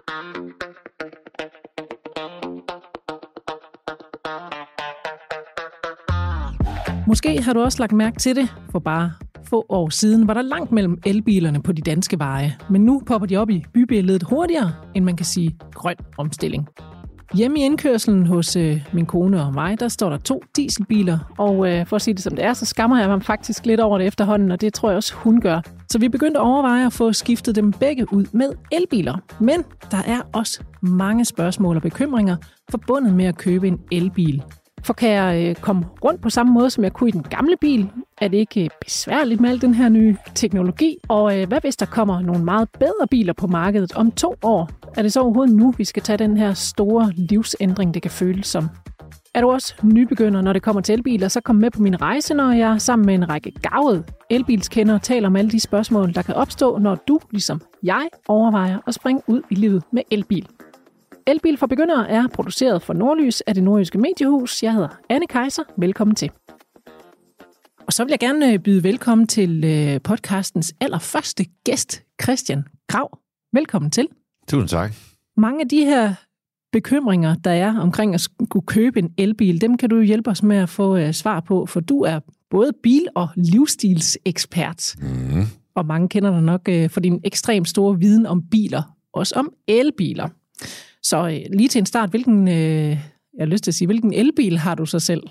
Måske har du også lagt mærke til det. For bare få år siden var der langt mellem elbilerne på de danske veje. Men nu popper de op i bybilledet hurtigere, end man kan sige grøn omstilling. Hjemme i indkørselen hos min kone og mig, der står der 2 dieselbiler. Og for at sige det som det er, så skammer jeg mig faktisk lidt over det efterhånden, og det tror jeg også, hun gør. Så vi begyndte at overveje at få skiftet dem begge ud med elbiler. Men der er også mange spørgsmål og bekymringer forbundet med at købe en elbil. For kan jeg komme rundt på samme måde, som jeg kunne i den gamle bil? Er det ikke besværligt med al den her nye teknologi? Og hvad hvis der kommer nogle meget bedre biler på markedet om 2 år? Er det så overhovedet nu, vi skal tage den her store livsændring, det kan føles som? Er du også nybegynder, når det kommer til elbiler, så kom med på min rejse, når jeg sammen med en række garvede elbilskendere taler om alle de spørgsmål, der kan opstå, når du, ligesom jeg, overvejer at springe ud i livet med elbil. Elbil for begyndere er produceret for Nordlys af det nordjyske mediehus. Jeg hedder Anne Kejser. Velkommen til. Og så vil jeg gerne byde velkommen til podcastens allerførste gæst, Christian Grav. Velkommen til. Tusind tak. Mange af de her bekymringer, der er omkring at skulle købe en elbil, dem kan du hjælpe os med at få svar på, for du er både bil- og livsstilsekspert. Og mange kender dig nok for din ekstremt store viden om biler, også om elbiler. Så lige til en start, hvilken elbil har du så selv?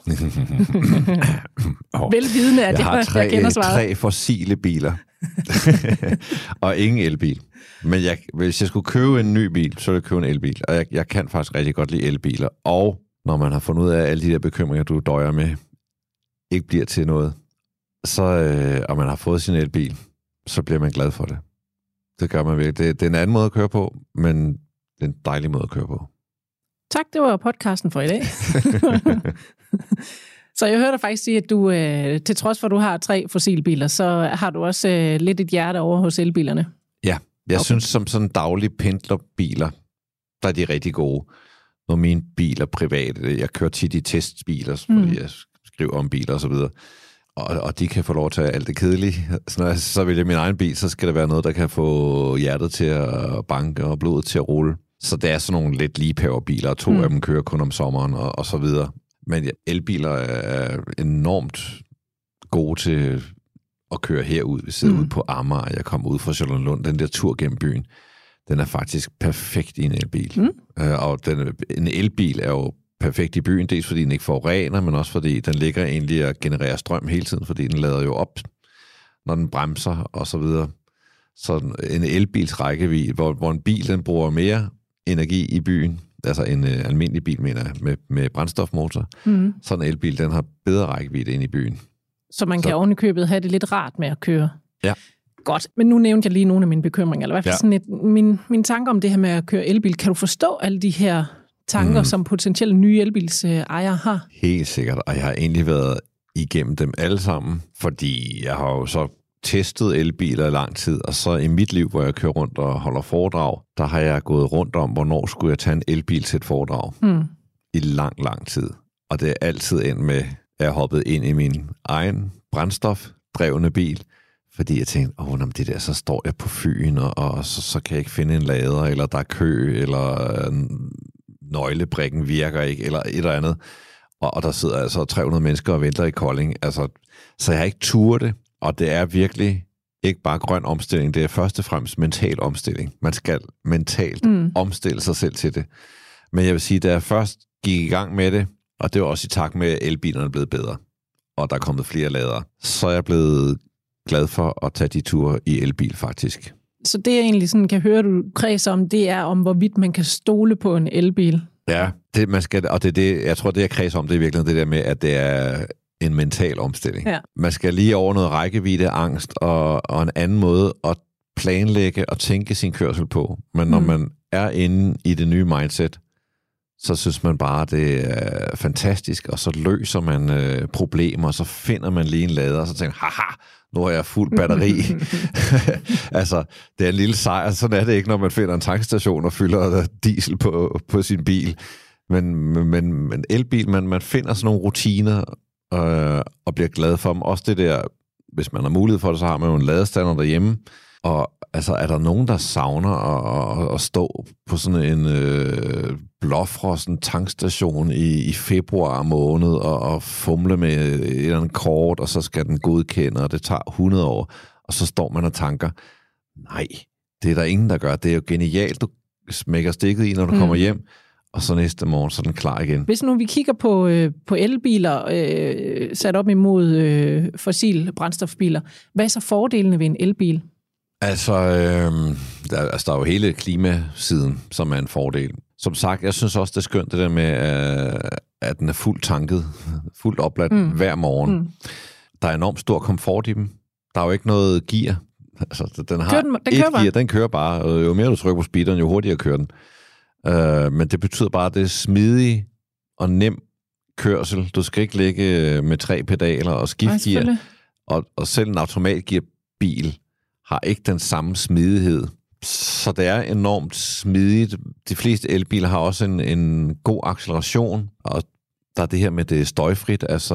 Velvidende er det, jeg kender svaret. Jeg har 3 fossile biler, og ingen elbil. Men hvis jeg skulle købe en ny bil, så ville jeg købe en elbil. Og jeg kan faktisk rigtig godt lide elbiler. Og når man har fundet ud af, at alle de der bekymringer, du døjer med, ikke bliver til noget, og man har fået sin elbil, så bliver man glad for det. Det gør man virkelig. Det er en anden måde at køre på, men det er en dejlig måde at køre på. Tak, det var podcasten for i dag. Så jeg hørte dig faktisk sige, at du, til trods for, at du har 3 fossilbiler, så har du også lidt et hjerte over hos elbilerne. Ja, jeg synes som sådan daglige pendlerbiler, der er de rigtig gode. Når mine biler private, jeg kører tit i testbiler, fordi jeg skriver om biler og så videre. Og de kan få lov at tage alt det kedelige. Så når jeg så vælger min egen bil, så skal det være noget, der kan få hjertet til at banke og blodet til at rulle. Så det er sådan nogle lidt ligepaverbiler, og 2 af dem kører kun om sommeren og så videre. Men ja, elbiler er enormt gode til at køre herud. Vi sidder ude på Amager, jeg kommer ud fra Charlottenlund. Den der tur gennem byen, den er faktisk perfekt i en elbil. Og en elbil er jo perfekt i byen, dels fordi den ikke forurener, men også fordi den ligger egentlig og genererer strøm hele tiden, fordi den lader jo op, når den bremser og så videre. Så en elbils rækkevidde, hvor en bil den bruger mere energi i byen, altså en almindelig bil, mener jeg, med brændstofmotor, så en elbil, den har bedre rækkevidde ind i byen. Så man kan oven i købet have det lidt rart med at køre. Ja. Godt, men nu nævnte jeg lige nogle af mine bekymringer, eller i hvert fald sådan min tanke om det her med at køre elbil. Kan du forstå alle de her tanker, som potentielle nye elbilsejere har? Helt sikkert, og jeg har egentlig været igennem dem alle sammen, fordi jeg har jo så testet elbiler i lang tid, og så i mit liv, hvor jeg kører rundt og holder foredrag, der har jeg gået rundt om, hvornår skulle jeg tage en elbil til et foredrag. I lang tid. Og det er altid endt med, at jeg hoppede ind i min egen brændstofdrevne bil, fordi jeg tænkte, det der, så står jeg på Fyn, og så kan jeg ikke finde en lader, eller der er kø, eller nøglebrikken virker ikke, eller et eller andet. Og der sidder altså 300 mennesker og venter i Kolding. Altså, så jeg har ikke turet det, og det er virkelig ikke bare grøn omstilling, det er først og fremmest mental omstilling. Man skal mentalt omstille sig selv til det. Men jeg vil sige, da jeg først gik i gang med det, og det var også i takt med, at elbilerne er blevet bedre, og der er kommet flere ladere, så er jeg blevet glad for at tage de ture i elbil, faktisk. Så det jeg egentlig sådan kan høre, du kredser om, det er om, hvorvidt man kan stole på en elbil. Ja, det man skal, og det er det, jeg tror, det jeg kredser om, det er virkelig det der med, at det er en mental omstilling. Ja. Man skal lige over noget rækkevidde, angst og en anden måde at planlægge og tænke sin kørsel på. Men når man er inde i det nye mindset, så synes man bare, det er fantastisk, og så løser man problemer, og så finder man lige en lader, og så tænker haha, nu har jeg fuld batteri. Altså, det er en lille sejr. Sådan er det ikke, når man finder en tankstation og fylder diesel på sin bil. Men elbil, man finder sådan nogle rutiner og bliver glad for dem. Også det der, hvis man har mulighed for det, så har man jo en ladestander derhjemme. Og altså, er der nogen, der savner at stå på sådan en blåfrossen tankstation i februar måned og fumle med et eller andet kort, og så skal den godkende, og det tager 100 år, og så står man og tanker, nej, det er der ingen, der gør. Det er jo genialt, du smækker stikket i, når du kommer hjem, og så næste morgen, så er den klar igen. Hvis nu vi kigger på elbiler sat op imod fossil brændstofbiler, hvad er så fordelene ved en elbil? Altså, der er jo hele klimasiden, som er en fordel. Som sagt, jeg synes også, det er skønt det der med, at den er fuldt tanket, fuldt opladt hver morgen. Der er enormt stor komfort i dem. Der er jo ikke noget gear. Altså, den har gear, den kører bare. Jo mere du trykker på speederen, jo hurtigere kører den. Men det betyder bare, at det er smidig og nem kørsel. Du skal ikke ligge med 3 pedaler og skifte gear. Og selv en automatgearbil har ikke den samme smidighed. Så det er enormt smidigt. De fleste elbiler har også en god acceleration, og der er det her med det støjfrit. Altså,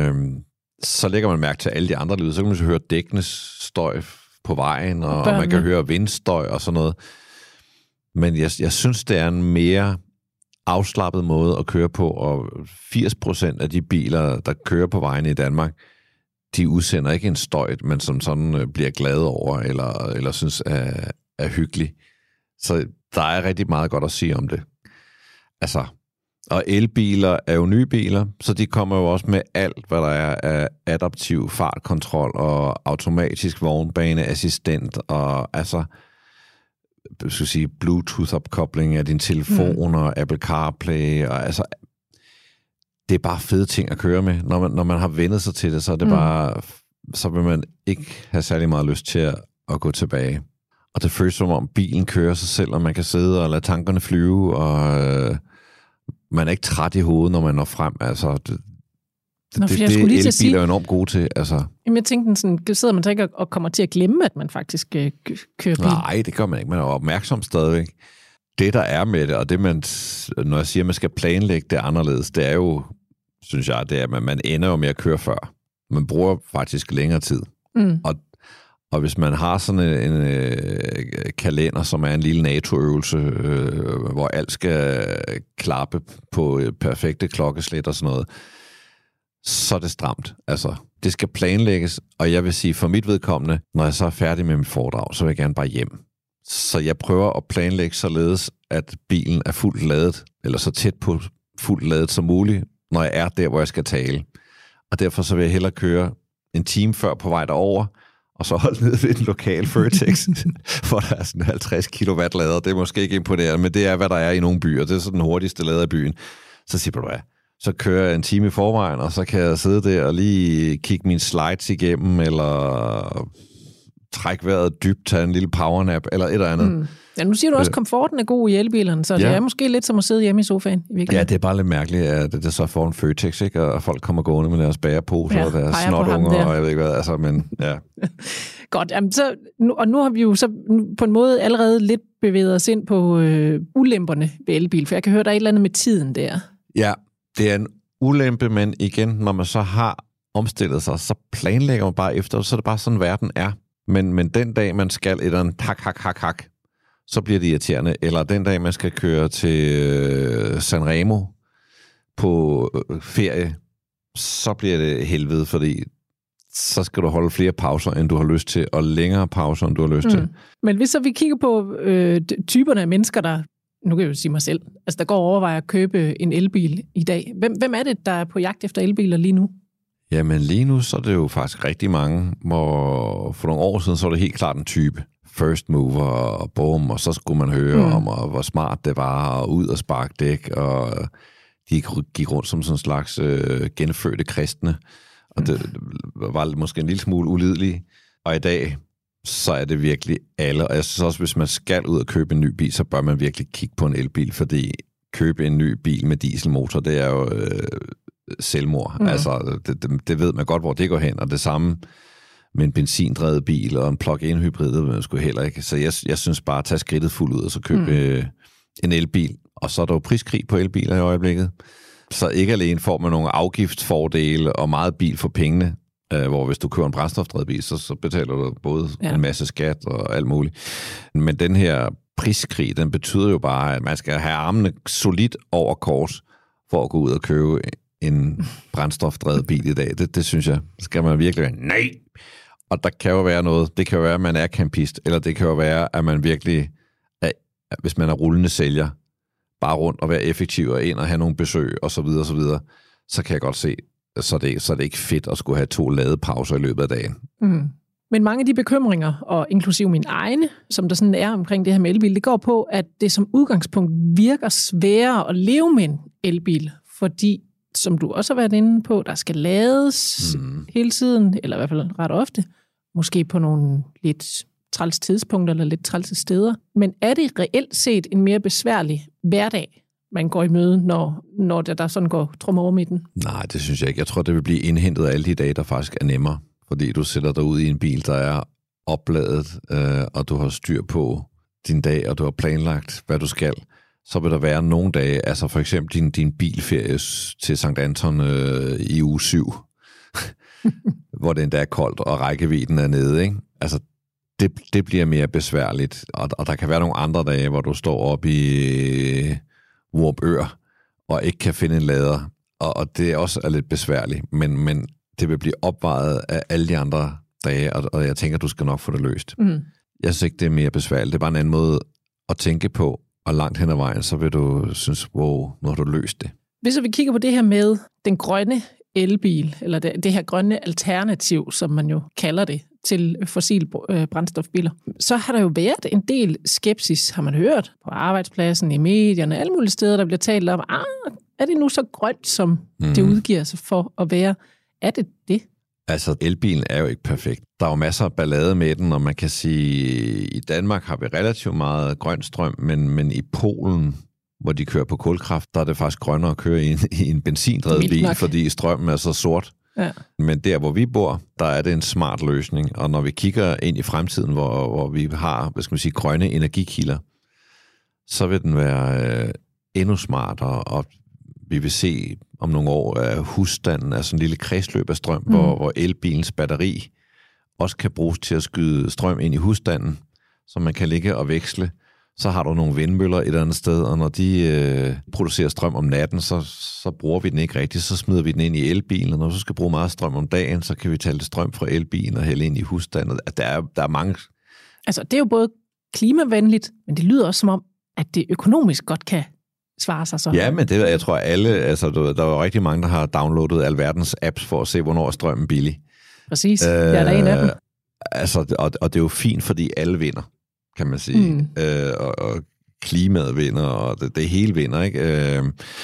så lægger man mærke til alle de andre lyde. Så kan man så høre dækkenes støj på vejen, og man kan høre vindstøj og sådan noget. Men jeg synes, det er en mere afslappet måde at køre på, og 80% af de biler, der kører på vejen i Danmark, de udsender ikke en støj, men som sådan bliver glade over, eller synes er hyggelig. Så der er rigtig meget godt at sige om det. Altså, og elbiler er jo nye biler, så de kommer jo også med alt, hvad der er af adaptiv fartkontrol og automatisk vognbaneassistent, og altså, jeg skal sige, Bluetooth-opkobling af din telefon og Apple CarPlay, og altså, det er bare fede ting at køre med. Når man har vendet sig til det, så er det bare, så vil man ikke have særlig meget lyst til at gå tilbage. Og det føles som om bilen kører sig selv, og man kan sidde og lade tankerne flyve, og man er ikke træt i hovedet, når man når frem. Altså, det elbiler er enormt gode til. Altså. Jamen, jeg tænkte sådan, sidder man så ikke og kommer til at glemme, at man faktisk kører bil? Nej, det gør man ikke. Man er opmærksom stadigvæk. Det, der er med det, og det, når jeg siger, at man skal planlægge det anderledes, det er jo, synes jeg, det er, at man ender jo med at køre før. Man bruger faktisk længere tid. Og hvis man har sådan en kalender, som er en lille NATO-øvelse, hvor alt skal klappe på perfekte klokkeslæt og sådan noget, så er det stramt. Altså, det skal planlægges, og jeg vil sige, for mit vedkommende, når jeg så er færdig med mit foredrag, så vil jeg gerne bare hjem. Så jeg prøver at planlægge således, at bilen er fuldt ladet, eller så tæt på fuldt ladet som muligt, når jeg er der, hvor jeg skal tale. Og derfor så vil jeg hellere køre en time før på vej derover, og så holde ned ved en lokal Føtex, for der er sådan 50 kW lader. Det er måske ikke imponerende, men det er, hvad der er i nogle byer. Det er så den hurtigste lader i byen. Så siger du, så kører jeg en time i forvejen, og så kan jeg sidde der og lige kigge mine slides igennem, eller trække vejret dybt, tage en lille powernap, eller et eller andet. Ja, nu siger du også, at komforten er god i elbilerne, så det er måske lidt som at sidde hjemme i sofaen. Ja, det er bare lidt mærkeligt, at det så får en Føtex, ikke? Og folk kommer gående med deres bæreposer og deres snotunger, og jeg ved ikke hvad, altså, men ja. Godt, jamen, nu har vi jo så på en måde allerede lidt bevæget os ind på ulemperne ved elbil, for jeg kan høre, der er et eller andet med tiden der. Ja, det er en ulempe, men igen, når man så har omstillet sig, så planlægger man bare efter, så er det bare sådan, verden er. Men den dag, man skal et eller andet hak, så bliver det irriterende. Eller den dag, man skal køre til Sanremo på ferie, så bliver det helvede, fordi så skal du holde flere pauser, end du har lyst til, og længere pauser, end du har lyst til. Men hvis så vi kigger på typerne af mennesker, der, nu kan jeg jo sige mig selv, altså der går og overvejer at købe en elbil i dag. Hvem er det, der er på jagt efter elbiler lige nu? Jamen lige nu, så er det jo faktisk rigtig mange, hvor for nogle år siden, så var det helt klart en type. First mover og boom, og så skulle man høre om, og hvor smart det var, og ud og sparke dæk, og de gik rundt som sådan en slags genfødte kristne, og det var måske en lille smule ulidelige. Og i dag, så er det virkelig alle, og jeg synes også, hvis man skal ud og købe en ny bil, så bør man virkelig kigge på en elbil, fordi købe en ny bil med dieselmotor, det er jo selvmord. Altså, det ved man godt, hvor det går hen, og det samme med en benzindrevet bil og en plug-in hybrid, det man sgu heller ikke. Så jeg synes bare at tage skridtet fuldt ud og så købe en elbil. Og så er der jo priskrig på elbiler i øjeblikket. Så ikke alene får man nogle afgiftsfordele og meget bil for pengene, Hvor hvis du køber en brændstofdrevet bil, så betaler du både en masse skat og alt muligt. Men den her priskrig, den betyder jo bare, at man skal have armene solidt over kors for at gå ud og købe en brændstofdrevet bil i dag. Det synes jeg, skal man virkelig være. Nej! Og der kan jo være noget. Det kan jo være, at man er campist, eller det kan jo være, at man virkelig, hvis man er rullende sælger, bare rundt og være effektiv og ind og have nogle besøg og så videre, så kan jeg godt se, så er det ikke fedt at skulle have 2 ladepauser i løbet af dagen. Mm. Men mange af de bekymringer, og inklusive mine egne, som der sådan er omkring det her med elbil, det går på, at det som udgangspunkt virker sværere at leve med en elbil, fordi, som du også har været inde på, der skal lades hele tiden, eller i hvert fald ret ofte, måske på nogle lidt træls tidspunkter eller lidt trælse steder. Men er det reelt set en mere besværlig hverdag, man går i møde, når der sådan går trummer over midten? Nej, det synes jeg ikke. Jeg tror, det vil blive indhentet af alle de dage, der faktisk er nemmere. Fordi du sætter dig ud i en bil, der er opladet, og du har styr på din dag, og du har planlagt, hvad du skal. Så vil der være nogle dage, altså for eksempel din bilferie til St. Anton i uge 7, hvor det endda er koldt, og rækkevidden er nede, ikke? Altså, det bliver mere besværligt. Og der kan være nogle andre dage, hvor du står op i Vorupør, og ikke kan finde en lader. Og det er også lidt besværligt, men det vil blive opvejet af alle de andre dage, og jeg tænker, du skal nok få det løst. Mm. Jeg synes ikke, det er mere besværligt. Det er bare en anden måde at tænke på, og langt hen ad vejen, så vil du synes, wow, nu har du løst det. Hvis vi kigger på det her med den grønne elbil, eller det her grønne alternativ, som man jo kalder det, til fossile brændstofbiler, så har der jo været en del skepsis, har man hørt, på arbejdspladsen, i medierne, alle mulige steder, der bliver talt om, er det nu så grønt, som det udgiver sig for at være? Er det det? Altså, elbilen er jo ikke perfekt. Der er jo masser af ballade med den, og man kan sige, i Danmark har vi relativt meget grøn strøm, men i Polen, hvor de kører på kulkraft, der er det faktisk grønnere at køre i en benzindrevet bil, fordi strømmen er så sort. Ja. Men der, hvor vi bor, der er det en smart løsning. Og når vi kigger ind i fremtiden, hvor vi har, grønne energikilder, så vil den være endnu smartere, og vi vil se om nogle år, at husstanden er sådan en lille kredsløb af strøm, hvor elbilens batteri også kan bruges til at skyde strøm ind i husstanden, så man kan ligge og veksle. Så har du nogle vindmøller et eller andet sted, og når de producerer strøm om natten, så bruger vi den ikke rigtigt, så smider vi den ind i elbilen, og når du så skal bruge meget strøm om dagen, så kan vi tage lidt strøm fra elbilen og hælde ind i husstanden. Der er mange... Altså, det er jo både klimavenligt, men det lyder også som om, at det økonomisk godt kan svare sig så. Ja, men det, jeg tror alle, altså der er jo rigtig mange, der har downloadet alverdens apps for at se, hvornår er strømmen billig. Præcis, jeg er der en af dem. Altså, og det er jo fint, fordi alle vinder, kan man sige. Og klimaet vinder, og det hele vinder, ikke?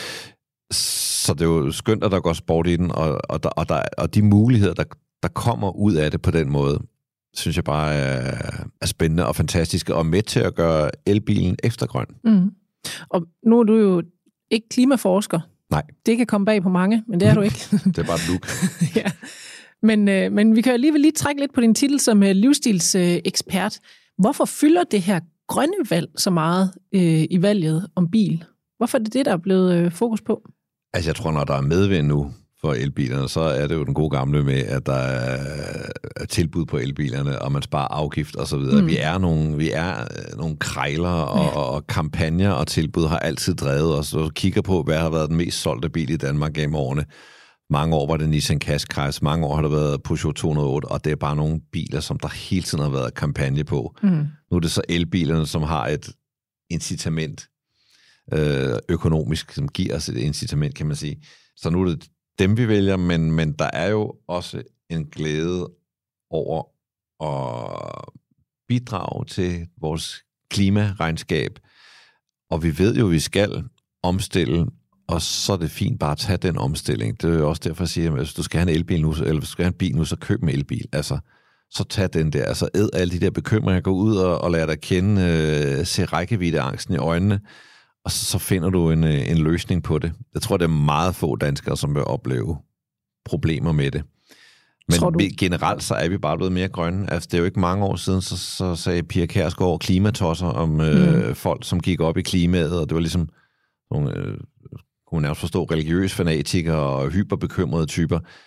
Så det er jo skønt, at der går sport i den, og de muligheder, der kommer ud af det på den måde, synes jeg bare er spændende og fantastiske, og med til at gøre elbilen ekstra grøn. Mm. Og nu er du jo ikke klimaforsker. Nej. Det kan komme bag på mange, men det er du ikke. Det er bare et look. Ja. Men vi kan alligevel lige trække lidt på din titel som livsstilsekspert. Hvorfor fylder det her grønne valg så meget i valget om bil? Hvorfor er det, der er blevet fokus på? Altså, jeg tror, når der er medvind nu for elbilerne, så er det jo den gode gamle med, at der er tilbud på elbilerne, og man sparer afgift og så videre. Vi er nogle krejler, og kampagner og tilbud har altid drevet os. Og kigger på, hvad har været den mest solgte bil i Danmark gennem årene. Mange år var det Nissan Qashqai, mange år har det været Peugeot 208, og det er bare nogle biler, som der hele tiden har været kampagne på. Nu er det så elbilerne, som har et incitament økonomisk, som giver os et incitament, kan man sige. Så nu er det dem, vi vælger, men der er jo også en glæde over at bidrage til vores klimaregnskab. Og vi ved jo, at vi skal omstille, og så er det fint bare at tage den omstilling. Det er jo også derfor, jeg siger, at hvis du skal have en elbil nu, eller hvis du skal have en bil nu, så køb en elbil. Altså, så tag den der. Altså, æd alle de der bekymringer, gå ud og lad dig kende, se rækkeviddeangsten i øjnene, og så finder du en løsning på det. Jeg tror, det er meget få danskere, som vil opleve problemer med det. Men generelt så er vi bare blevet mere grønne. Altså, det er jo ikke mange år siden, så sagde Pia Kjærsgaard klimatosser om folk, som gik op i klimaet, og det var ligesom nogle, kunne nærmest forstå, religiøse fanatikere og hyperbekymrede typer.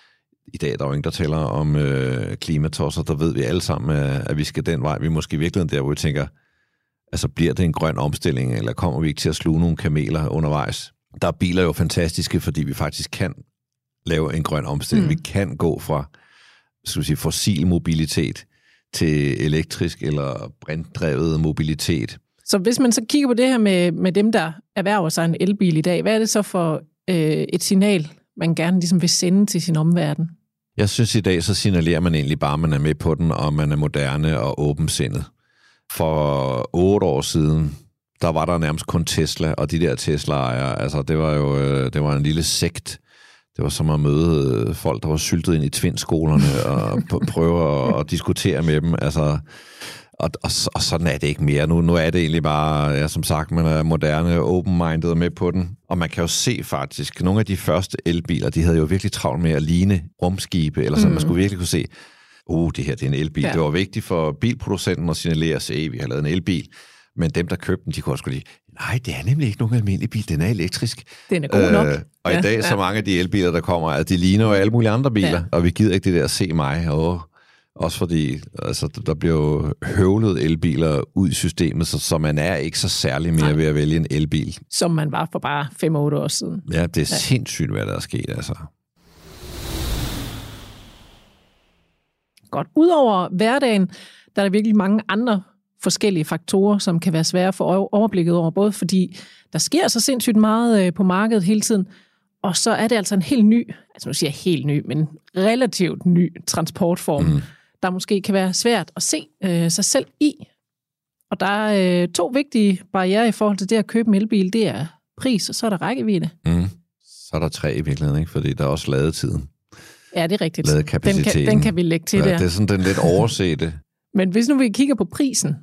I dag der er jo ingen, der taler om klimatosser. Der ved vi alle sammen, at vi skal den vej. Vi er måske i virkeligheden der, hvor vi tænker, altså bliver det en grøn omstilling, eller kommer vi ikke til at sluge nogle kameler undervejs? Der er biler jo fantastiske, fordi vi faktisk kan lave en grøn omstilling. Vi kan gå fra fossil mobilitet til elektrisk eller brinttdrevet mobilitet. Så hvis man så kigger på det her med dem, der erhverver sig en elbil i dag, hvad er det så for et signal, man gerne ligesom vil sende til sin omverden? Jeg synes i dag, så signalerer man egentlig bare, at man er med på den, og man er moderne og åbensindet. For 8 år siden, der var der nærmest kun Tesla, og de der Tesla-ejere, altså det var en lille sekt. Det var som at møde folk, der var syltet ind i tvindskolerne og prøve at diskutere med dem. Altså, og sådan er det ikke mere. Nu er det egentlig bare, ja, som sagt, man er moderne, open-minded med på den. Og man kan jo se faktisk, nogle af de første elbiler, de havde jo virkelig travlt med at ligne rumskibe, eller så man skulle virkelig kunne se, det her det er en elbil. Ja. Det var vigtigt for bilproducenten at signalere, at vi har lavet en elbil. Men dem, der købte den, de kunne også sige, nej, det er nemlig ikke nogen almindelig bil, den er elektrisk. Den er god nok. Og i dag, så mange af de elbiler, der kommer, at de ligner jo alle mulige andre biler, og vi gider ikke det der se mig. Også fordi altså, der bliver jo høvlet elbiler ud i systemet, så man er ikke så særlig mere ved at vælge en elbil. Som man var for bare 5-8 år siden. Ja, det er sindssygt, hvad der er sket, altså. Godt. Udover hverdagen, der er der virkelig mange andre forskellige faktorer, som kan være svære at få overblikket over, både fordi der sker så sindssygt meget på markedet hele tiden, og så er det altså en helt ny, altså nu siger jeg helt ny, men relativt ny transportform, der måske kan være svært at se sig selv i. Og der er 2 vigtige barrierer i forhold til det at købe en elbil, det er pris, og så er der rækkevidde. Så er der 3 i virkeligheden, ikke? Fordi der er også ladetiden. Ja, det er rigtigt. Ladekapaciteten. Den kan vi lægge til der. Det er sådan den lidt oversete. Men hvis nu vi kigger på prisen,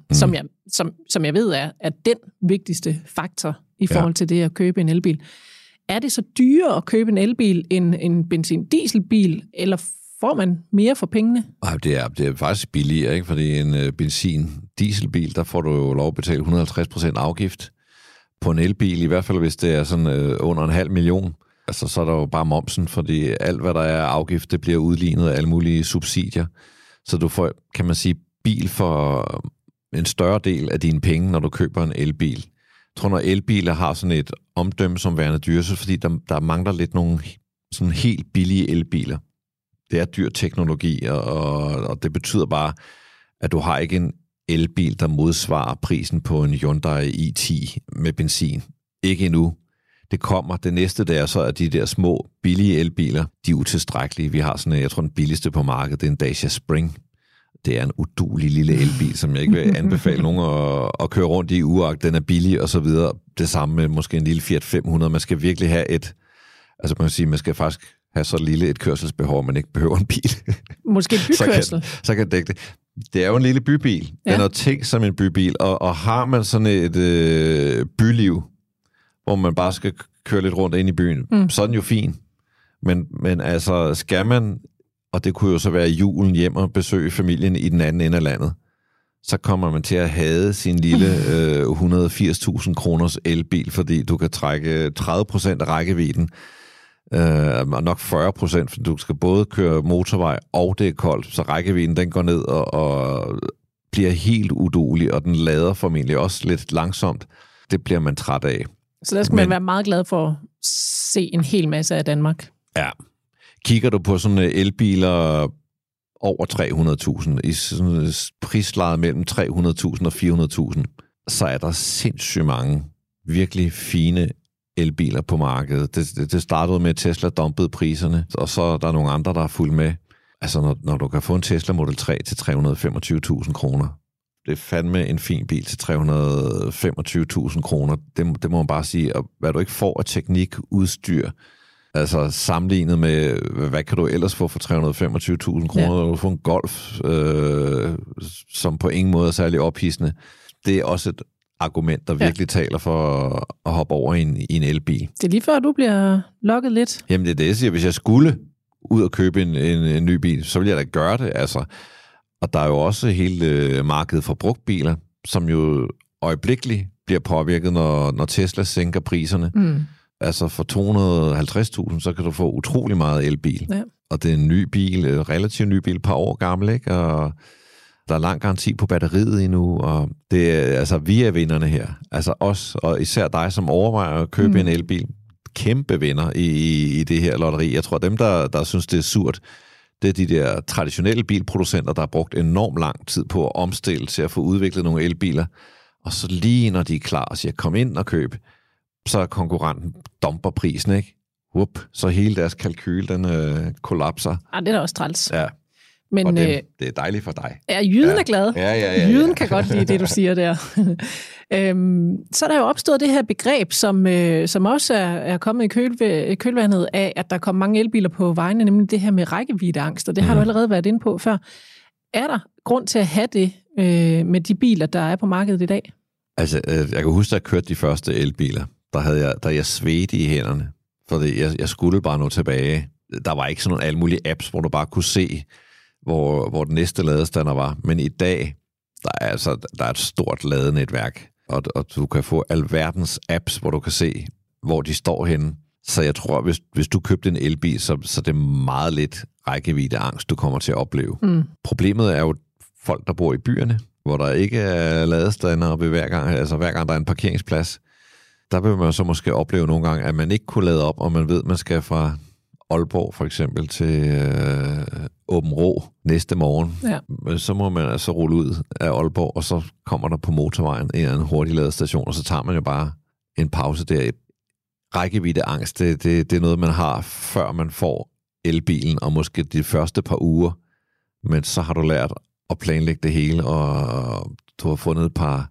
som jeg ved er den vigtigste faktor i forhold til det at købe en elbil, er det så dyrere at købe en elbil end en benzin-dieselbil, eller får man mere for pengene? Nej, det er faktisk billigere, ikke? Fordi en benzin-dieselbil, der får du jo lov at betale 150% afgift. På en elbil, i hvert fald hvis det er sådan under 500.000, altså så er der jo bare momsen, fordi alt hvad der er afgift, det bliver udlignet af alle mulige subsidier. Så du får, kan man sige, bil for en større del af dine penge, når du køber en elbil. Jeg tror, når elbiler har sådan et omdømme som værende dyre, så fordi der mangler lidt nogle sådan helt billige elbiler. Det er dyr teknologi, og det betyder bare, at du har ikke en elbil, der modsvarer prisen på en Hyundai i10 med benzin. Ikke endnu. Det kommer. Det næste der så er de der små, billige elbiler. De er utilstrækkelige. Vi har sådan, jeg tror, den billigste på markedet, det er en Dacia Spring. Det er en uduelig lille elbil, som jeg ikke vil anbefale nogen at køre rundt i uagt. Den er billig og så videre. Det samme med måske en lille Fiat 500. Man skal virkelig have altså man kan sige, man skal faktisk have så lille et kørselsbehov, man ikke behøver en bil. Måske bykørsel. så kan det dække det. Det er jo en lille bybil. Den er tænkt som en bybil, og har man sådan et byliv, hvor man bare skal køre lidt rundt ind i byen, så er den jo fin. Men altså, skal man, og det kunne jo så være julen hjem og besøge familien i den anden ende af landet, så kommer man til at hade sin lille 180.000 kroners elbil, fordi du kan trække 30% af rækkevidden, og nok 40%, for du skal både køre motorvej, og det er koldt, så rækkevidden den går ned og bliver helt uduelig, og den lader formentlig også lidt langsomt. Det bliver man træt af. Så der skal man være meget glad for at se en hel masse af Danmark. Ja. Kigger du på sådan elbiler over 300.000, i sådan prislaget mellem 300.000 og 400.000, så er der sindssygt mange virkelig fine elbiler på markedet. Det startede med, at Tesla dumpede priserne, og så er der nogle andre, der er fulgt med. Altså, når du kan få en Tesla Model 3 til 325.000 kroner, det er fandme en fin bil til 325.000 kroner. Det må man bare sige. Og hvad du ikke får af teknik, udstyr, altså sammenlignet med, hvad kan du ellers få for 325.000 kroner? Ja. Du får en Golf, som på ingen måde er særlig ophidsende. Det er også et argument, der virkelig taler for at hoppe over i en elbil. Det er lige før, du bliver lokket lidt. Jamen det er det, jeg siger. Hvis jeg skulle ud og købe en ny bil, så ville jeg da gøre det. Altså. Og der er jo også hele markedet for brugtbiler, som jo øjeblikkeligt bliver påvirket, når Tesla sænker priserne. Altså for 250.000, så kan du få utrolig meget elbil. Ja. Og det er en ny bil, relativt ny bil, et par år gammel, ikke? Og der er lang garanti på batteriet endnu, og det er, altså, vi er vinderne her. Altså os, og især dig, som overvejer at købe en elbil. Kæmpe vinder i det her lotteri. Jeg tror, dem, der synes, det er surt, det er de der traditionelle bilproducenter, der har brugt enormt lang tid på at omstille til at få udviklet nogle elbiler. Og så lige når de er klar og siger, kom ind og køb, så er konkurrenten dumper prisen, ikke? Så hele deres kalkyl, den kollapser. Ja, det er da også træls. Ja. Men, og det er dejligt for dig. Ja, jyden er glad. Ja. Jyden kan godt lide det, du siger der. Så er der jo opstået det her begreb, som også er kommet i kølvandet af, at der kom mange elbiler på vejene, nemlig det her med rækkeviddeangst, og det har du allerede været inde på før. Er der grund til at have det med de biler, der er på markedet i dag? Altså, jeg kan huske, at jeg kørte de første elbiler. Der jeg svedte i hænderne, fordi jeg skulle bare nå tilbage. Der var ikke sådan nogle alle mulige apps, hvor du bare kunne se, hvor den næste ladestander var. Men i dag, der er et stort ladenetværk, og du kan få alverdens apps, hvor du kan se, hvor de står henne. Så jeg tror, hvis du købte en elbil, så det er meget lidt rækkeviddeangst, du kommer til at opleve. Problemet er jo folk, der bor i byerne, hvor der ikke er ladestander ved hver gang der er en parkeringsplads. Der vil man så måske opleve nogle gange, at man ikke kunne lade op, og man ved, at man skal fra Aalborg for eksempel til Aabenraa næste morgen. Ja. Så må man altså rulle ud af Aalborg, og så kommer der på motorvejen en hurtig ladestation, og så tager man jo bare en pause der. Rækkeviddeangst, det er noget, man har, før man får elbilen, og måske de første par uger. Men så har du lært at planlægge det hele, og du har fundet et par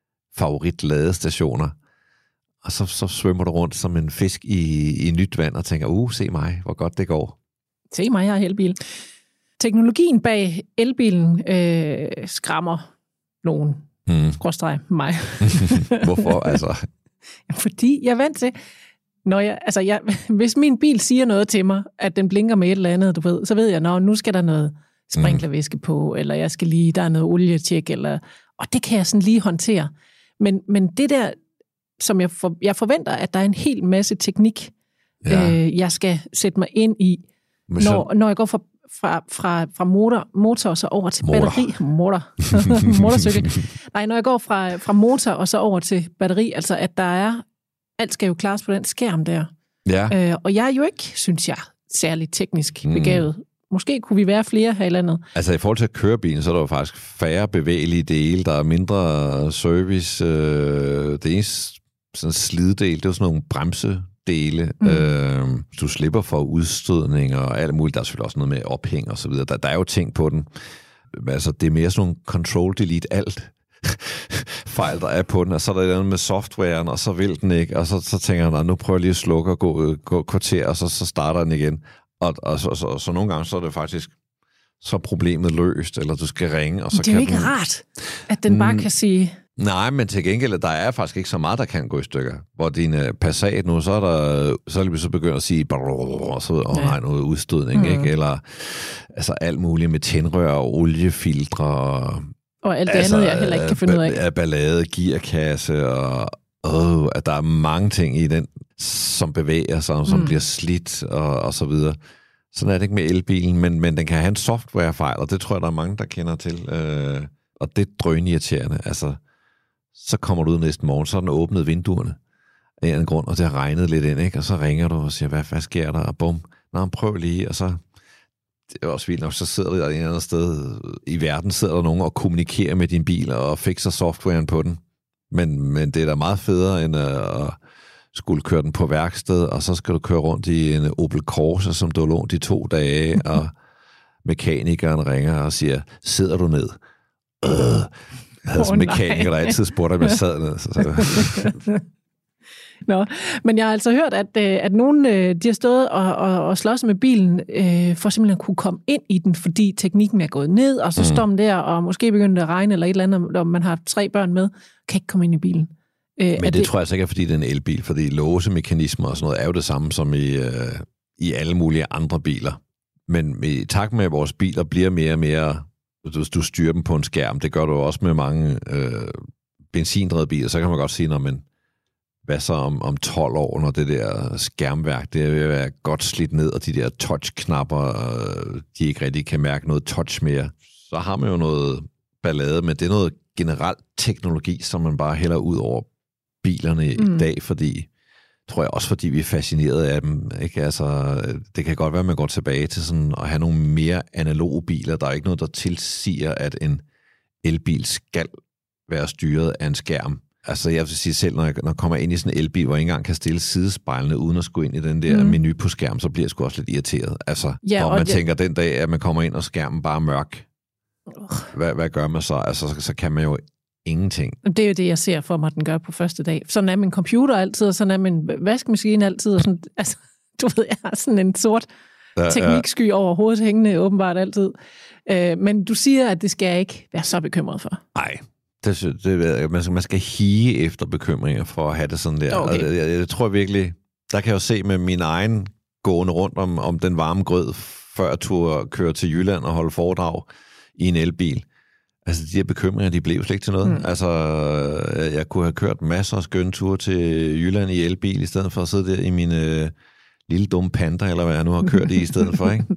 favoritladestationer, og så svømmer du rundt som en fisk i nyt vand og tænker, se mig, hvor godt det går. Se mig, jeg har elbil. Teknologien bag elbilen skræmmer nogen. Skråstreg mig. Hvorfor altså? Fordi jeg er vant til, hvis min bil siger noget til mig, at den blinker med et eller andet, du ved, så ved jeg, nu skal der noget sprinklervæske på, eller jeg skal der er noget olietjek, og det kan jeg sådan lige håndtere. Men det der, som jeg forventer, at der er en hel masse teknik, jeg skal sætte mig ind i, når jeg går fra motor og så over til batteri. Motorcykel. Nej, når jeg går fra motor og så over til batteri, altså at alt skal jo klares på den skærm der. Ja. Og jeg er jo ikke, synes jeg, særlig teknisk begavet. Måske kunne vi være flere her i landet. Altså i forhold til at køre bilen, så er der jo faktisk færre bevægelige dele, der er mindre service. Det eneste sådan sliddel, det er jo sådan nogle bremsedele. Du slipper for udstødning og alt muligt. Der er selvfølgelig også noget med ophæng og så videre. Der er jo ting på den. Altså det er mere sådan nogle control-delete alt fejl, der er på den, og så er der noget med softwaren, og så vil den ikke, og så tænker jeg, nu prøver jeg lige at slukke og gå kvarter, og så starter den igen. Og så nogle gange, så er det faktisk så problemet løst, eller du skal ringe, og så det er jo ikke rart, at den bare kan sige... Nej, men til gengæld, der er faktisk ikke så meget, der kan gå i stykker. Hvor din Passat nu, så er det så begyndt at sige, og så nej, noget udstødning, ikke? Eller altså alt muligt med tændrør og oliefiltre. Og alt det andet, jeg heller ikke kan finde ud af. Ballade, gearkasse, og at der er mange ting i den, som bevæger sig, som bliver slidt, og så videre. Sådan er det ikke med elbilen, men den kan have en softwarefejl, og det tror jeg, der er mange, der kender til. Og det er drønirriterende. Altså, så kommer du ud næste morgen, så er den åbnet vinduerne af en grund, og det har regnet lidt ind, ikke? Og så ringer du og siger, hvad sker der? Og bum, prøv lige, og så... Det er også vildt nok, så sidder der et eller andet sted i verden, sidder der nogen og kommunikerer med din bil og fikser softwaren på den. Men det er da meget federe, end at skulle køre den på værksted, og så skal du køre rundt i en Opel Corsa, som du har lånt i 2 dage, og mekanikeren ringer og siger, sidder du ned? Jeg havde sådan en mekaniker, der altid spurgte, om jeg sad ned. Nå, men jeg har altså hørt, at nogen de har stået og slås med bilen, for simpelthen at kunne komme ind i den, fordi teknikken er gået ned, og så står man der, og måske begynder det at regne, eller et eller andet, om man har 3 børn med, kan ikke komme ind i bilen. Men det tror jeg så ikke er, fordi det er en elbil, fordi låsemekanismer og sådan noget er jo det samme som i alle mulige andre biler. Men i takt med, at vores biler bliver mere og mere, hvis du styrer dem på en skærm, det gør du også med mange benzindrevne biler, så kan man godt sige, men hvad så om 12 år, når det der skærmværk, det er ved at være godt slidt ned, og de der touch-knapper, de ikke rigtig kan mærke noget touch mere. Så har man jo noget ballade, men det er noget generelt teknologi, som man bare hælder ud over bilerne i dag, fordi vi er fascineret af dem. Ikke? Altså, det kan godt være, at man går tilbage til sådan at have nogle mere analoge biler. Der er ikke noget, der tilsiger, at en elbil skal være styret af en skærm. Altså, jeg vil sige selv, når jeg kommer ind i sådan en elbil, hvor jeg ikke engang kan stille sidespejlene uden at skulle ind i den der menu på skærm, så bliver jeg sgu også lidt irriteret. Altså, hvor man tænker den dag, at man kommer ind, og skærmen bare er mørk. Hvad gør man så? Altså, så kan man jo ingenting. Det er jo det, jeg ser for mig, den gør på første dag. Sådan er min computer altid, og sådan er min vaskemaskine altid. Og sådan, altså, du ved, jeg har sådan en sort tekniksky over hovedet hængende, åbenbart altid. Men du siger, at det skal jeg ikke være så bekymret for. Nej, man skal hige efter bekymringer for at have det sådan der. Okay. Og jeg tror virkelig, der kan jeg jo se med min egen gående rundt om den varme grød, før jeg turde køre til Jylland og holde foredrag i en elbil. Altså, de her bekymringer, de blev slet ikke til noget. Altså, jeg kunne have kørt masser af skønne ture til Jylland i elbil, i stedet for at sidde der i min lille dumme Panda, eller hvad jeg nu har kørt i stedet for, ikke?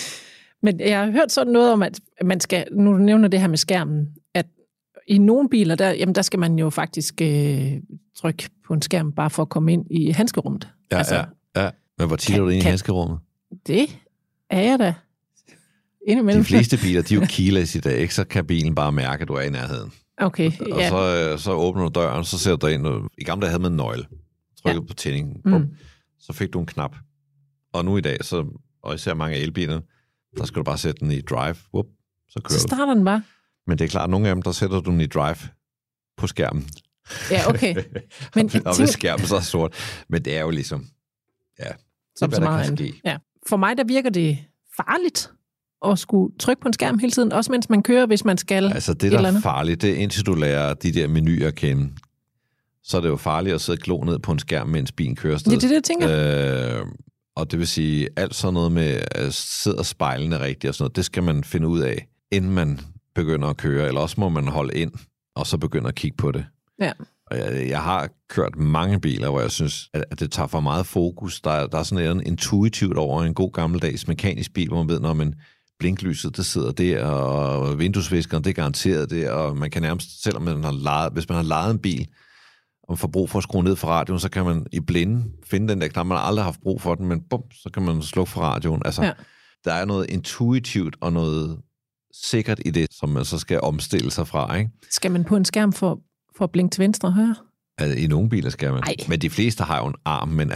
Men jeg har hørt sådan noget om, at man skal, nu nævner det her med skærmen, at i nogle biler, der skal man jo faktisk trykke på en skærm, bare for at komme ind i handskerummet. Ja, altså, ja. Men hvor tit er du ind i handskerummet? Det er jeg da. Indimellem. De fleste biler, de er jo keyless i dag, ikke? Så kan bilen bare mærke, at du er i nærheden. Okay, ja. Og så åbner du døren, så ser du ind. I gamle dage havde man en nøgle. Trykket på tændingen. Så fik du en knap. Og nu i dag, og især mange af elbilerne, der skal du bare sætte den i drive. Så kører du. Så starter den bare. Men det er klart, at nogle af dem, der sætter du den i drive på skærmen. Ja, okay. Men og hvis skærmen så er sort. Men det er jo ligesom, så hvad der kan ske. Ja. For mig, der virker det farligt at skulle trykke på en skærm hele tiden, også mens man kører, hvis man skal. Altså det, der er farligt, det er indtil du lærer de der menuer at kende. Så er det jo farligt at sidde og glo ned på en skærm, mens bilen kører afsted. Det er det, jeg tænker. Og det vil sige, alt sådan noget med at sidde og spejlene rigtigt og sådan noget, det skal man finde ud af, inden man begynder at køre, eller også må man holde ind, og så begynde at kigge på det. Ja. Og jeg har kørt mange biler, hvor jeg synes, at det tager for meget fokus. Der er sådan noget intuitivt over en god gammeldags mekanisk bil, hvor man ved, når man blinklyset, det sidder der, og vinduesviskeren, det er garanteret det, og man kan nærmest, selvom man har lejet, hvis man har lejet en bil, og får brug for at skrue ned for radioen, så kan man i blinde finde den der knap. Man har aldrig haft brug for den, men bum, så kan man slukke for radioen. Altså, der er noget intuitivt og noget sikkert i det, som man så skal omstille sig fra, ikke? Skal man på en skærm for at blinke til venstre og højre? Altså, i nogle biler skal man. Ej. Men de fleste har jo en arm, men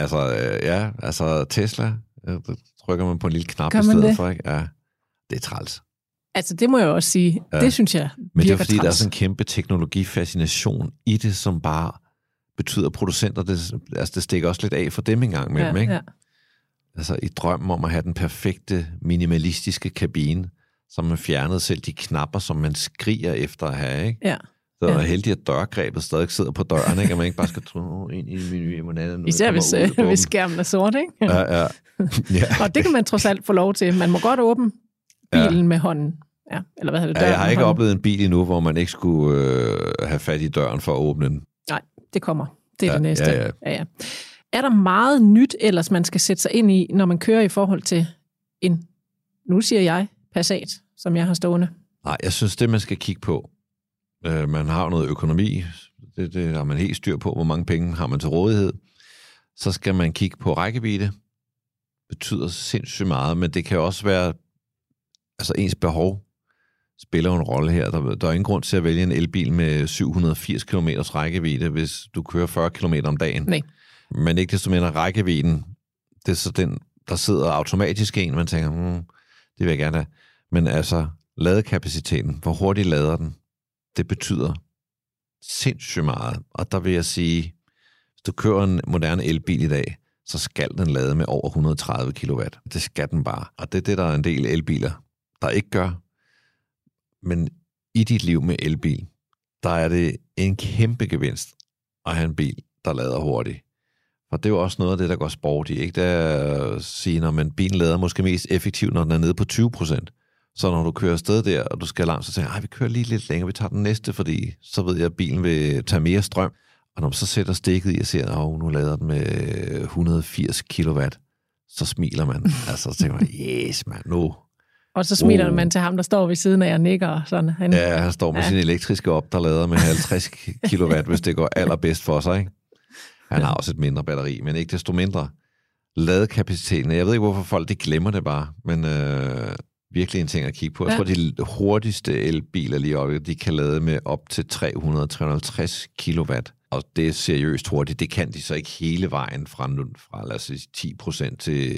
altså Tesla, trykker man på en lille knap i stedet for, ikke? Ja, det er træls. Altså, det må jeg også sige. Ja. Det synes jeg virker. Men det er fordi, der er sådan en kæmpe teknologifascination i det, som bare betyder, at producenter, det stikker også lidt af for dem engang med dem, ikke? Ja. Altså, i drømmen om at have den perfekte, minimalistiske kabine, som man fjernede selv de knapper, som man skriger efter at have, ikke? Ja. Så er heldig, at dørgrebet stadig sidder på døren, ikke? Og man ikke bare skal trykke ind i menu. Især hvis skærmen er sort, ikke? Ja. Og det kan man trods alt få lov til. Man må godt åbne bilen med hånden. Ja, eller hvad hedder det? Jeg har ikke oplevet en bil endnu, hvor man ikke skulle have fat i døren for at åbne den. Nej, det kommer. Det er det næste. Ja. Er der meget nyt, ellers man skal sætte sig ind i, når man kører i forhold til en, nu siger jeg, Passat, som jeg har stående? Nej, jeg synes, det man skal kigge på, man har noget økonomi, det har man helt styr på, hvor mange penge har man til rådighed. Så skal man kigge på rækkevidde. Betyder sindssygt meget, men det kan også være, altså ens behov spiller en rolle her. Der er ingen grund til at vælge en elbil med 780 km rækkevidde, hvis du kører 40 km om dagen. Nej. Men ikke desto mindre rækkevidden, det er så den, der sidder automatisk en, man tænker, det vil jeg gerne have. Men altså, ladekapaciteten, hvor hurtigt lader den, det betyder sindssygt meget. Og der vil jeg sige, hvis du kører en moderne elbil i dag, så skal den lade med over 130 kW. Det skal den bare. Og det er det, der er en del elbiler, der ikke gør. Men i dit liv med elbil, der er det en kæmpe gevinst at have en bil, der lader hurtigt. For det er jo også noget af det, der går sport i. Ikke? Det er at sige, at bilen lader måske mest effektivt, når den er nede på 20%. Så når du kører afsted der, og du skal langt, så tænker jeg, vi kører lige lidt længere, vi tager den næste, fordi så ved jeg, at bilen vil tage mere strøm. Og når man så sætter stikket i og siger, nu lader den med 180 kilowatt, så smiler man. Altså, så tænker man, yes, man, nu. Og så smiler man til ham, der står ved siden af og nikker. Sådan. Han står med sin elektriske op, der lader med 50 kilowatt, hvis det går allerbedst for sig. Ikke? Han har også et mindre batteri, men ikke desto mindre. Ladekapaciteten, jeg ved ikke, hvorfor folk de glemmer det bare, men virkelig en ting at kigge på. Jeg tror, de hurtigste elbiler lige oppe, de kan lade med op til 300-350 kilowatt. Og det er seriøst hurtigt. Det kan de så ikke hele vejen fra lad os sige, 10% til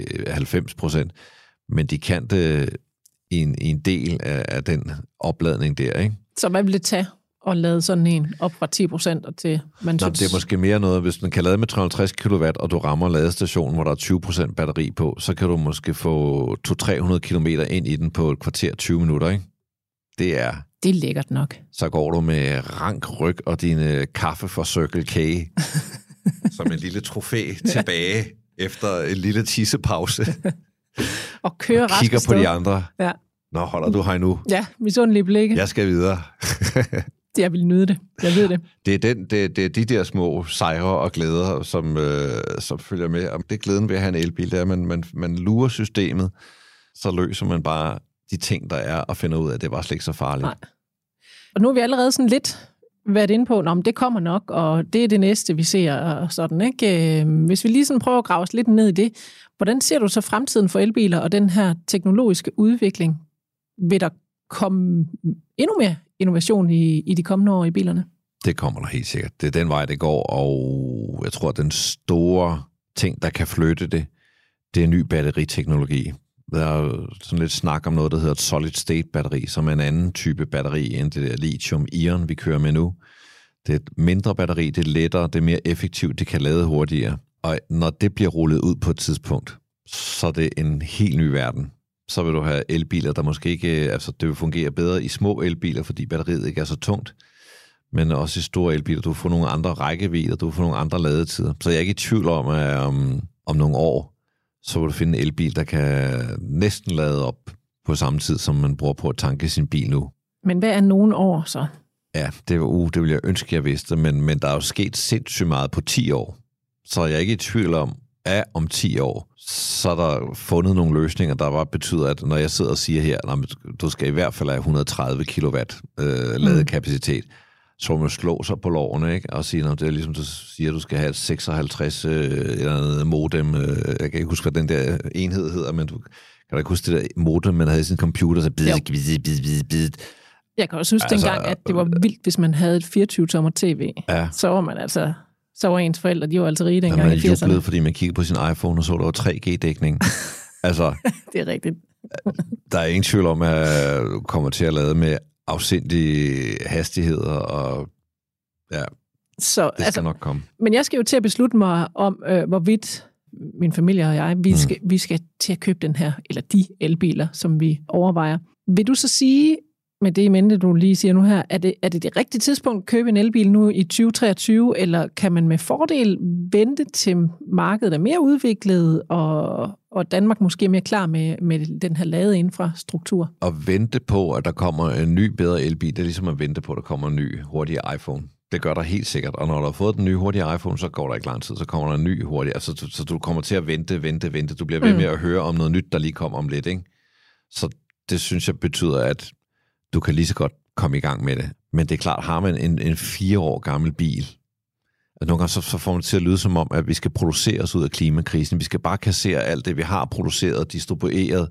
90%. Men de kan det i en del af den opladning der, ikke? Så hvad vil det tage at lade sådan en op fra 10% og til man synes... Det er måske mere noget, hvis man kan lade med 350 kW, og du rammer ladestationen, hvor der er 20% batteri på, så kan du måske få 200-300 km ind i den på et kvarter 20 minutter, ikke? Det er lækkert nok. Så går du med rank ryg og din kaffe fra Circle K som en lille trofæ tilbage efter en lille tissepause. Og kører og kigger på de andre. Ja. Nå, holder du her nu? Ja, misundelige blikke. Jeg skal videre. Jeg vil nyde det. Jeg ved det. Det er de der små sejre og glæder, som følger med. Og det er glæden ved at have en elbil, det er, at man lurer systemet, så løser man bare de ting, der er, og finder ud af, at det var slet ikke så farligt. Nej. Og nu er vi allerede sådan lidt været inde på, men det kommer nok, og det er det næste, vi ser, og sådan, ikke? Hvis vi lige sådan prøver at grave os lidt ned i det, hvordan ser du så fremtiden for elbiler og den her teknologiske udvikling? Vil der komme endnu mere innovation i de kommende år i bilerne? Det kommer der helt sikkert. Det er den vej, det går, og jeg tror, at den store ting, der kan flytte det, det er ny batteriteknologi. Der er sådan lidt snak om noget, der hedder et solid-state-batteri, som er en anden type batteri end det der lithium-ion, vi kører med nu. Det er et mindre batteri, det er lettere, det er mere effektivt, det kan lade hurtigere. Og når det bliver rullet ud på et tidspunkt, så er det en helt ny verden. Så vil du have elbiler, der måske ikke... Altså, det vil fungere bedre i små elbiler, fordi batteriet ikke er så tungt. Men også i store elbiler. Du får nogle andre rækkevidder, du får nogle andre ladetider. Så jeg er ikke i tvivl om, at om nogle år, så vil du finde en elbil, der kan næsten lade op på samme tid, som man bruger på at tanke sin bil nu. Men hvad er nogle år så? Ja, det vil jeg ønske, jeg vidste, men der er jo sket sindssygt meget på 10 år. Så jeg er ikke i tvivl om, at om 10 år, så er der fundet nogle løsninger, der bare betyder, at når jeg sidder og siger her, at du skal i hvert fald have 130 kilowatt ladekapacitet, så må man slå sig på lårene, ikke? Og sige, det er ligesom du siger, at du skal have et 56 eller andet modem. Jeg kan ikke huske, hvad den der enhed hedder, men du kan da ikke huske det der modem, man havde i sin computer, så bid. Jeg kan også synes dengang, at det var vildt, hvis man havde et 24-tommer tv. Ja. Så var ens forældre, de var altså rige dengang i 80'erne. Man jublede, fordi man kiggede på sin iPhone og så, der var 3G-dækning. Altså, det er rigtigt. Der er ingen tvivl om, at du kommer til at lade med afsindige hastigheder, og ja, så, det skal nok komme. Men jeg skal jo til at beslutte mig om, hvorvidt min familie og jeg, vi skal til at købe den her, eller de elbiler, som vi overvejer. Vil du så sige, med det i mente, du lige siger nu her, er det rigtige tidspunkt at købe en elbil nu i 2023, eller kan man med fordel vente til markedet er mere udviklet, og Danmark måske er mere klar med den her ladeinfrastruktur? At vente på, at der kommer en ny, bedre elbil, det er ligesom at vente på, at der kommer en ny, hurtigere iPhone. Det gør der helt sikkert, og når du har fået den nye, hurtigere iPhone, så går der ikke lang tid, så kommer der en ny, hurtigere. Altså, så du kommer til at vente. Du bliver ved med at høre om noget nyt, der lige kommer om lidt, ikke? Så det synes jeg betyder, at du kan lige så godt komme i gang med det. Men det er klart, har man en 4 år gammel bil, at nogle gange så får man til at lyde som om, at vi skal producere os ud af klimakrisen. Vi skal bare kassere alt det, vi har produceret og distribueret.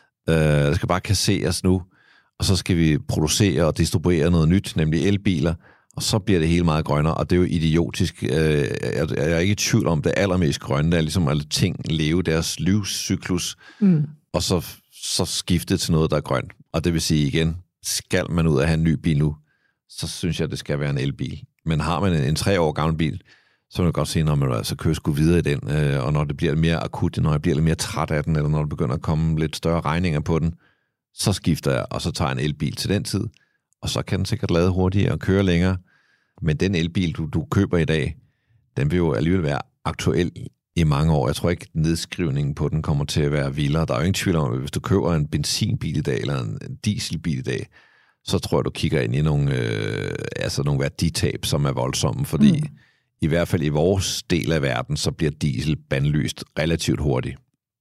Det skal bare kasseres nu, og så skal vi producere og distribuere noget nyt, nemlig elbiler, og så bliver det hele meget grønnere, og det er jo idiotisk. Jeg er ikke i tvivl om, det allermest grønne, det er ligesom alle ting leve deres livscyklus, og så skifte til noget, der er grønt. Og det vil sige igen, skal man ud og have en ny bil nu, så synes jeg, det skal være en elbil. Men har man en 3 år gammel bil, så kan man godt se, når man altså kører sgu videre i den, og når det bliver mere akut, når jeg bliver lidt mere træt af den, eller når der begynder at komme lidt større regninger på den, så skifter jeg, og så tager jeg en elbil til den tid, og så kan den sikkert lade hurtigere og køre længere. Men den elbil, du køber i dag, den vil jo alligevel være aktuel i mange år. Jeg tror ikke, nedskrivningen på den kommer til at være vildere. Der er jo ingen tvivl om, at hvis du køber en benzinbil i dag, eller en dieselbil i dag, så tror jeg, du kigger ind i nogle værditab, som er voldsomme, fordi i hvert fald i vores del af verden, så bliver diesel bandlyst relativt hurtigt.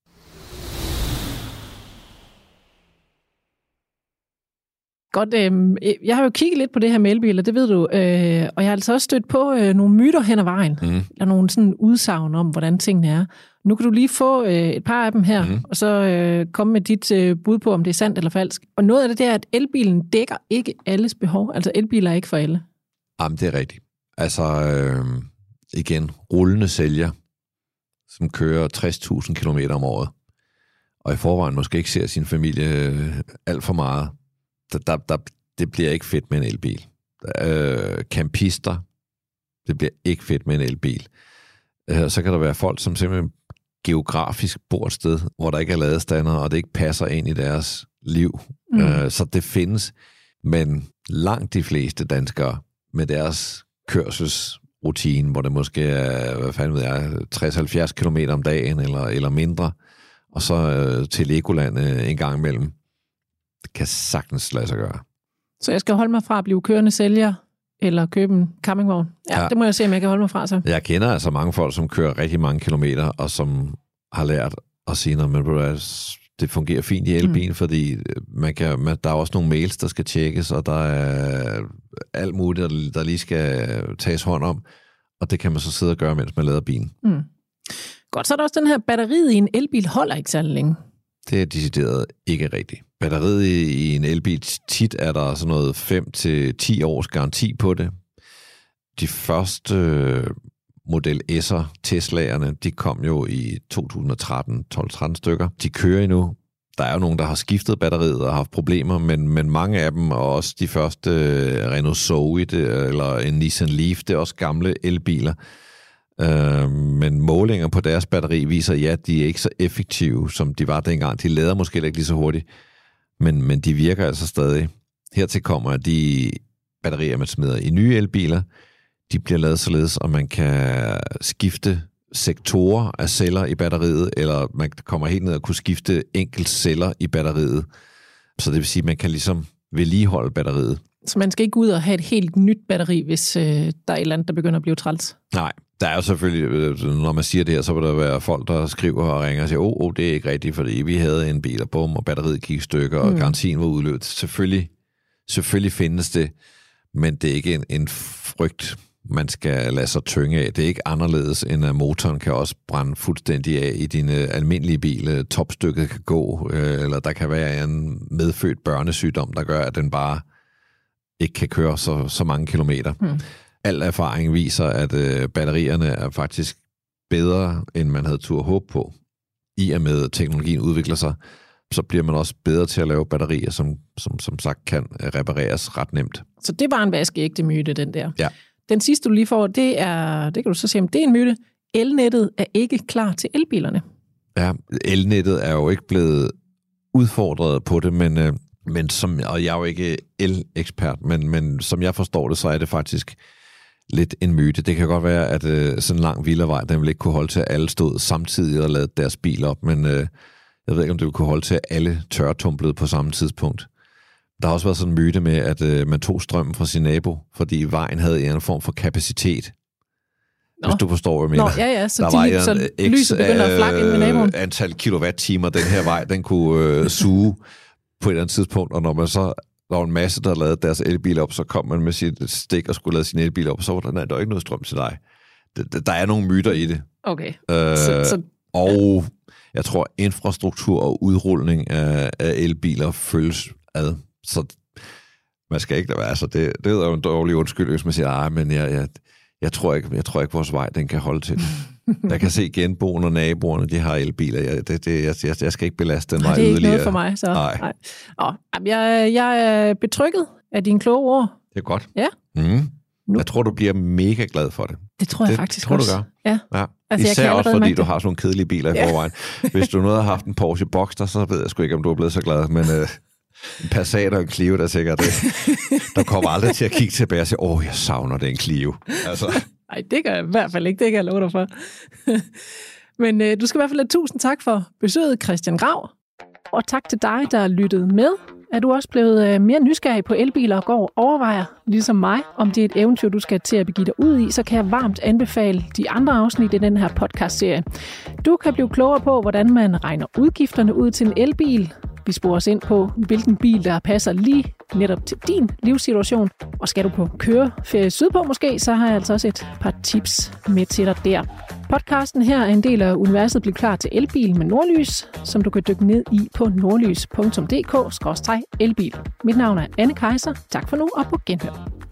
Godt, jeg har jo kigget lidt på det her med elbiler, det ved du, og jeg har altså også stødt på nogle myter hen ad vejen, eller nogle sådan udsagn om, hvordan tingene er. Nu kan du lige få et par af dem her, og så komme med dit bud på, om det er sandt eller falsk. Og noget af det er, at elbilen dækker ikke alles behov, altså elbiler er ikke for alle. Jamen, det er rigtigt. Altså, igen, rullende sælger, som kører 60.000 kilometer om året, og i forvejen måske ikke ser sin familie alt for meget. Det bliver ikke fedt med en elbil. Campister, det bliver ikke fedt med en elbil. Så kan der være folk, som simpelthen geografisk bor et sted, hvor der ikke er ladestander, og det ikke passer ind i deres liv. Så det findes. Men langt de fleste danskere med deres kørselsrutine, hvor det måske er, 60-70 kilometer om dagen eller mindre, og så til Legoland en gang imellem, det kan sagtens lade sig gøre. Så jeg skal holde mig fra at blive kørende sælger, eller købe en campingvogn? Ja, det må jeg se, om jeg kan holde mig fra så. Jeg kender altså mange folk, som kører rigtig mange kilometer, og som har lært at sige, at det fungerer fint i elbilen, fordi der er også nogle mails, der skal tjekkes, og der er alt muligt, der lige skal tages hånd om, og det kan man så sidde og gøre, mens man lader bilen. Godt, så er der også den her batteriet i en elbil holder ikke særlig længe. Det er decideret ikke rigtigt. Batteriet i en elbil, tit er der sådan noget 5-10 års garanti på det. De første Model S'er, Tesla'erne, de kom jo i 2013, 12-13 stykker. De kører endnu. Der er jo nogen, der har skiftet batteriet og har haft problemer, men mange af dem, og også de første Renault Zoe eller en Nissan Leaf, det er også gamle elbiler. Men målinger på deres batteri viser, ja, de er ikke så effektive, som de var dengang. De lader måske ikke lige så hurtigt, men de virker altså stadig. Hertil kommer, at de batterier, man smider i nye elbiler, de bliver lavet således, at man kan skifte sektorer af celler i batteriet, eller man kommer helt ned og kunne skifte enkelt celler i batteriet. Så det vil sige, at man kan ligesom vedligeholde batteriet. Så man skal ikke ud og have et helt nyt batteri, hvis der er et eller andet, der begynder at blive træls? Nej, der er jo selvfølgelig, når man siger det her, så vil der være folk, der skriver og ringer og siger, det er ikke rigtigt, fordi vi havde en bil, og batteriet gik i stykker, og garantien var udløbet. Selvfølgelig findes det, men det er ikke en frygt, man skal lade sig tynge af. Det er ikke anderledes, end at motoren kan også brænde fuldstændig af i din almindelige bil. Topstykket kan gå, eller der kan være en medfødt børnesygdom, der gør, at den bare ikke kan køre så mange kilometer. Al erfaring viser, at batterierne er faktisk bedre, end man havde tur håb på. I og med teknologien udvikler sig, så bliver man også bedre til at lave batterier, som sagt kan repareres ret nemt. Så det var en vaskeægte myte, den der. Ja. Den sidste, du lige får, det kan du så se, om det er en myte. Elnettet er ikke klar til elbilerne. Ja, elnettet er jo ikke blevet udfordret på det, men og jeg er jo ikke el-ekspert, men som jeg forstår det, så er det faktisk lidt en myte. Det kan godt være, at sådan en lang villavej, den vil ikke kunne holde til, at alle stod samtidig og lavede deres bil op, men jeg ved ikke, om det vil kunne holde til, at alle tørretumblede på samme tidspunkt. Der har også været sådan en myte med, at man tog strømmen fra sin nabo, fordi vejen havde en form for kapacitet. Hvis du forstår, hvad jeg mener. Ja, så lyset begynder at flakke ind med naboen. Antal kilowatt-timer, den her vej, den kunne suge på et eller andet tidspunkt, og når man så der var en masse, der lavede deres elbil op, så kom man med sit stik og skulle lade sin elbil op, og så var der ikke noget strøm til dig. Der er nogle myter i det. Okay. Og jeg tror, infrastruktur og udrulning af elbiler følges ad. Så man skal ikke, altså det er jo en dårlig undskyldning, hvis man siger, men jeg tror ikke, vores vej, den kan holde til det. Jeg kan se genboen og naboerne, de har elbiler. Jeg skal ikke belaste den vej yderligere. Det er ikke noget for mig, så. Nej. Jeg er betrykket af dine kloge ord. Det er godt. Ja. Jeg tror, du bliver mega glad for det. Det tror jeg faktisk tror, også. Du gør. Ja. Altså, især også, fordi du har sådan nogle kedelige biler i forvejen. Hvis du nu havde haft en Porsche Boxster, så ved jeg sgu ikke, om du er blevet så glad. Men en Passat og en Clio, der sikkert der kommer aldrig til at kigge tilbage og sige, jeg savner det en Clio. Altså. Nej, det gør jeg i hvert fald ikke. Det kan jeg love dig for. Men du skal i hvert fald have tusind tak for besøget, Christian Grau. Og tak til dig, der lyttede med. Er du også blevet mere nysgerrig på elbiler og går og overvejer, ligesom mig, om det er et eventyr, du skal til at begive dig ud i, så kan jeg varmt anbefale de andre afsnit i den her podcastserie. Du kan blive klogere på, hvordan man regner udgifterne ud til en elbil. Vi sporer os ind på, hvilken bil, der passer lige netop til din livssituation. Og skal du på køreferie sydpå måske, så har jeg altså også et par tips med til dig der. Podcasten her er en del af universet Bliv klar til elbil med Nordlys, som du kan dykke ned i på nordlys.dk/elbil. Mit navn er Anne Kejser. Tak for nu og på genhør.